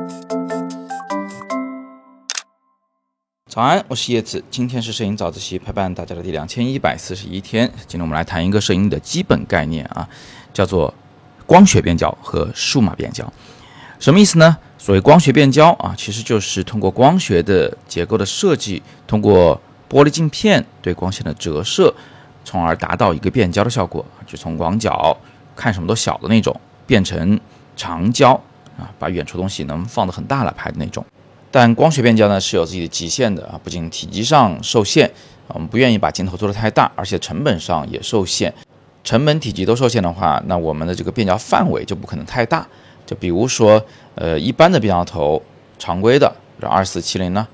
早安，我是叶子，今天是摄影早自习陪伴大家的第2141天。今天我们来谈一个摄影的基本概念啊，叫做光学变焦和数码变焦。什么意思呢？所谓光学变焦啊，其实就是通过光学的结构的设计，通过玻璃镜片对光线的折射，从而达到一个变焦的效果，就从广角看什么都小的那种，变成长焦啊，把远处东西能放得很大来拍的那种。但光学变焦呢是有自己的极限的啊，不仅体积上受限，我们不愿意把镜头做得太大，而且成本上也受限。成本、体积都受限的话，那我们的这个变焦范围就不可能太大。就比如说，一般的变焦头，常规的，比如2470呢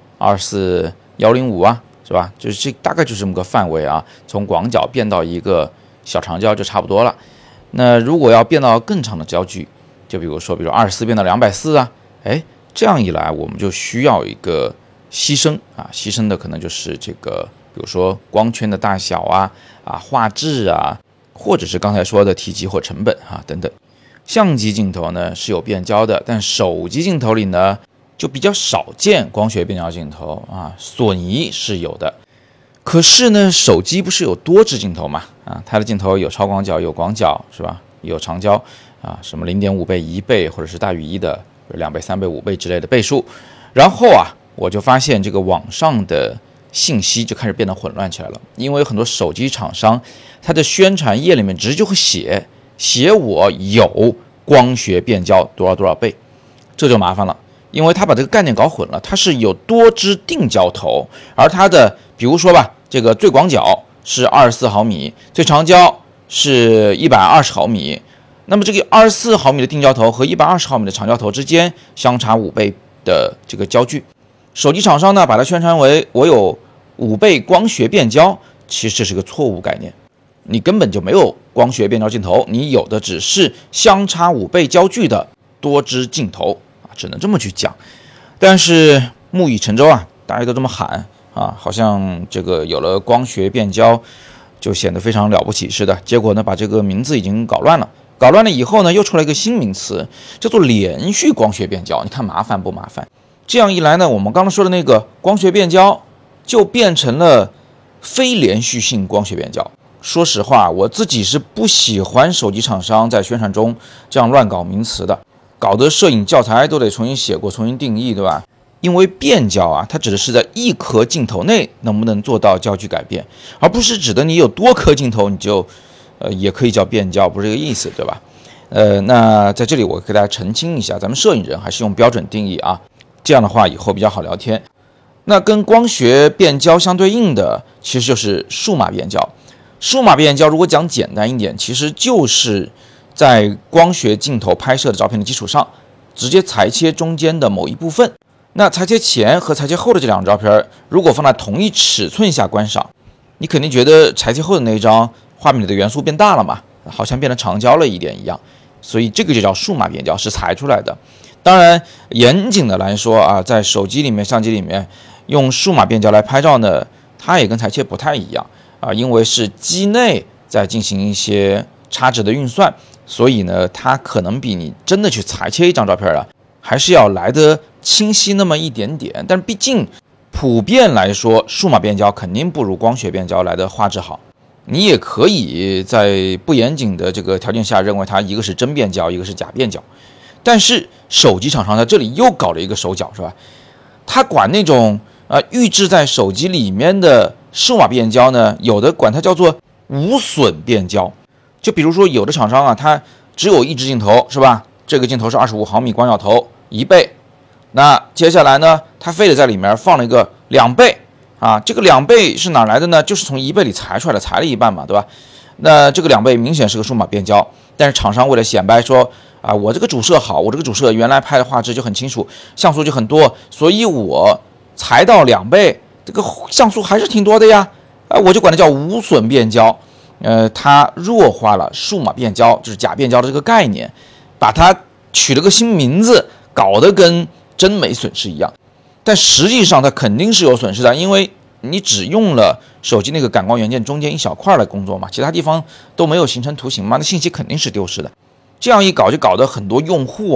，24105啊，是吧？就是这大概就是这么个范围啊，从广角变到一个小长焦就差不多了。那如果要变到更长的焦距，就比如24变到240啊，这样一来，我们就需要一个牺牲啊，牺牲的可能就是这个，比如说光圈的大小啊、画质啊，或者是刚才说的体积或成本啊等等。相机镜头呢是有变焦的，但手机镜头里呢就比较少见光学变焦镜头啊，索尼是有的。可是呢，手机不是有多支镜头嘛？啊，它的镜头有超广角，有广角，是吧？有长焦啊，什么0.5倍、1倍，或者是大于1的。2倍、3倍、5倍之类的倍数，然后我就发现这个网上的信息就开始变得混乱起来了，因为很多手机厂商它的宣传页里面直接就会写我有光学变焦多少多少倍，这就麻烦了，因为它把这个概念搞混了，它是有多支定焦头，而它的比如说吧，这个最广角是24毫米，最长焦是120毫米。那么这个24毫米的定焦头和120毫米的长焦头之间相差5倍的这个焦距，手机厂商呢把它宣传为我有5倍光学变焦，其实这是个错误概念，你根本就没有光学变焦镜头，你有的只是相差5倍焦距的多支镜头啊，只能这么去讲。但是木已成舟啊，大家都这么喊啊，好像这个有了光学变焦就显得非常了不起似的，结果呢把这个名字已经搞乱了。搞乱了以后呢，又出来一个新名词，叫做连续光学变焦。你看麻烦不麻烦？这样一来呢，我们刚刚说的那个光学变焦就变成了非连续性光学变焦。说实话，我自己是不喜欢手机厂商在宣传中这样乱搞名词的，搞得摄影教材都得重新写过、重新定义，对吧？因为变焦啊，它指的是在一颗镜头内能不能做到焦距改变，而不是指的你有多颗镜头你就也可以叫变焦，不是这个意思，对吧？那在这里我给大家澄清一下，咱们摄影人还是用标准定义啊，这样的话以后比较好聊天。那跟光学变焦相对应的，其实就是数码变焦。数码变焦如果讲简单一点，其实就是在光学镜头拍摄的照片的基础上，直接裁切中间的某一部分。那裁切前和裁切后的这两张照片，如果放在同一尺寸下观赏，你肯定觉得裁切后的那一张画面里的元素变大了嘛，好像变成长焦了一点一样，所以这个就叫数码变焦，是裁出来的。当然严谨的来说啊，在手机里面、相机里面用数码变焦来拍照呢，它也跟裁切不太一样啊，因为是机内在进行一些差值的运算，所以呢，它可能比你真的去裁切一张照片还是要来得清晰那么一点点。但毕竟普遍来说，数码变焦肯定不如光学变焦来的画质好。你也可以在不严谨的这个条件下认为它一个是真变焦，一个是假变焦。但是手机厂商在这里又搞了一个手脚，是吧？他管那种预置在手机里面的数码变焦呢，有的管它叫做无损变焦。就比如说有的厂商它只有一支镜头，是吧？这个镜头是25毫米广角头1倍，那接下来呢，它非得在里面放了一个2倍。这个2倍是哪来的呢？就是从1倍里裁出来的，裁了一半嘛，对吧？那这个2倍明显是个数码变焦，但是厂商为了显摆说我这个主摄好，我这个主摄原来拍的画质就很清楚，像素就很多，所以我裁到2倍，这个像素还是挺多的呀，我就管它叫无损变焦。它弱化了数码变焦，就是假变焦的这个概念，把它取了个新名字，搞得跟真没损失一样。但实际上它肯定是有损失的，因为你只用了手机那个感光元件中间一小块来工作嘛，其他地方都没有形成图形嘛，那信息肯定是丢失的。这样一搞就搞得很多用户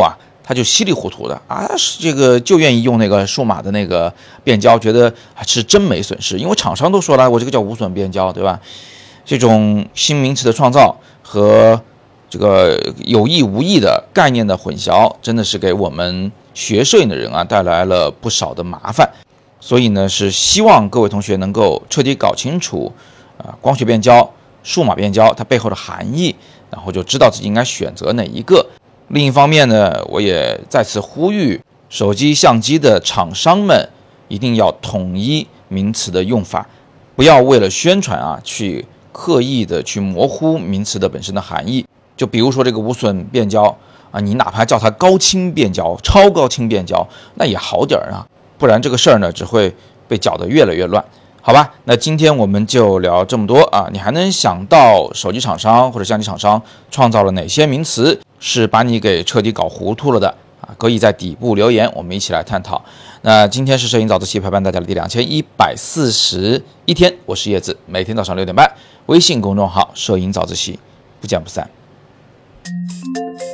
他就稀里糊涂的啊，这个就愿意用那个数码的那个变焦，觉得是真没损失，因为厂商都说了，我这个叫无损变焦，对吧？这种新名词的创造和这个有意无意的概念的混淆，真的是给我们学摄影的人啊带来了不少的麻烦。所以呢，是希望各位同学能够彻底搞清楚光学变焦、数码变焦它背后的含义，然后就知道自己应该选择哪一个。另一方面呢，我也再次呼吁手机相机的厂商们一定要统一名词的用法，不要为了宣传啊去刻意的去模糊名词的本身的含义。就比如说这个无损变焦啊，你哪怕叫它高清变焦、超高清变焦，那也好点啊，不然这个事儿呢只会被搅得越来越乱。好吧，那今天我们就聊这么多啊！你还能想到手机厂商或者相机厂商创造了哪些名词是把你给彻底搞糊涂了的啊？可以在底部留言，我们一起来探讨。那今天是摄影早自习陪伴大家的第2141天，我是叶子，每天早上6点半，微信公众号摄影早自习，不见不散。